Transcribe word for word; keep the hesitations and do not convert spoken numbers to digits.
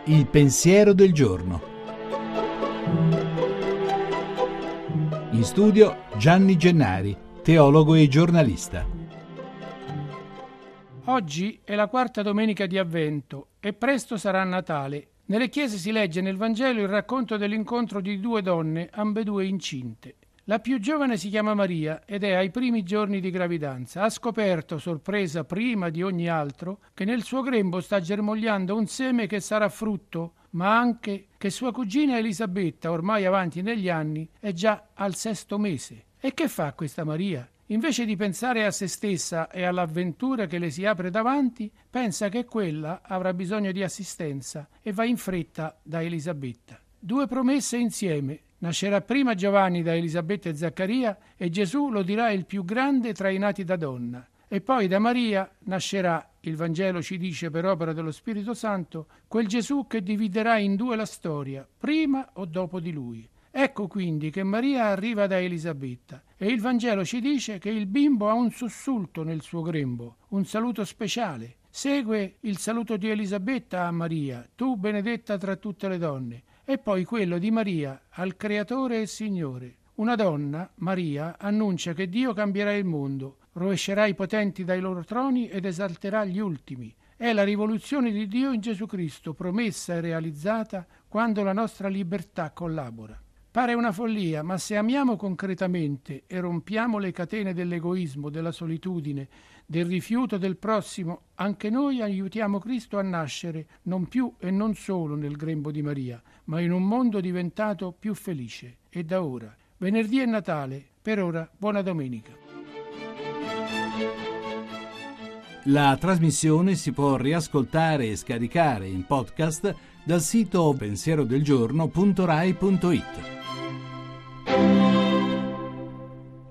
Il pensiero del giorno. In studio Gianni Gennari, teologo e giornalista. Oggi è la quarta domenica di Avvento e presto sarà Natale. Nelle chiese si legge nel Vangelo il racconto dell'incontro di due donne, ambedue incinte. La più giovane si chiama Maria ed è ai primi giorni di gravidanza. Ha scoperto, sorpresa prima di ogni altro, che nel suo grembo sta germogliando un seme che sarà frutto, ma anche che sua cugina Elisabetta, ormai avanti negli anni, è già al sesto mese. E che fa questa Maria? Invece di pensare a se stessa e all'avventura che le si apre davanti, pensa che quella avrà bisogno di assistenza e va in fretta da Elisabetta. Due promesse insieme. Nascerà prima Giovanni da Elisabetta e Zaccaria e Gesù lo dirà il più grande tra i nati da donna. E poi da Maria nascerà, il Vangelo ci dice per opera dello Spirito Santo, quel Gesù che dividerà in due la storia, prima o dopo di lui. Ecco quindi che Maria arriva da Elisabetta e il Vangelo ci dice che il bimbo ha un sussulto nel suo grembo, un saluto speciale. Segue il saluto di Elisabetta a Maria, tu benedetta tra tutte le donne, e poi quello di Maria al Creatore e Signore. Una donna, Maria, annuncia che Dio cambierà il mondo, rovescerà i potenti dai loro troni ed esalterà gli ultimi. È la rivoluzione di Dio in Gesù Cristo, promessa e realizzata quando la nostra libertà collabora. Pare una follia, ma se amiamo concretamente e rompiamo le catene dell'egoismo, della solitudine, del rifiuto del prossimo, anche noi aiutiamo Cristo a nascere non più e non solo nel grembo di Maria, ma in un mondo diventato più felice. E da ora, venerdì è Natale, per ora buona domenica. La trasmissione si può riascoltare e scaricare in podcast dal sito pensierodelgiorno punto rai punto it.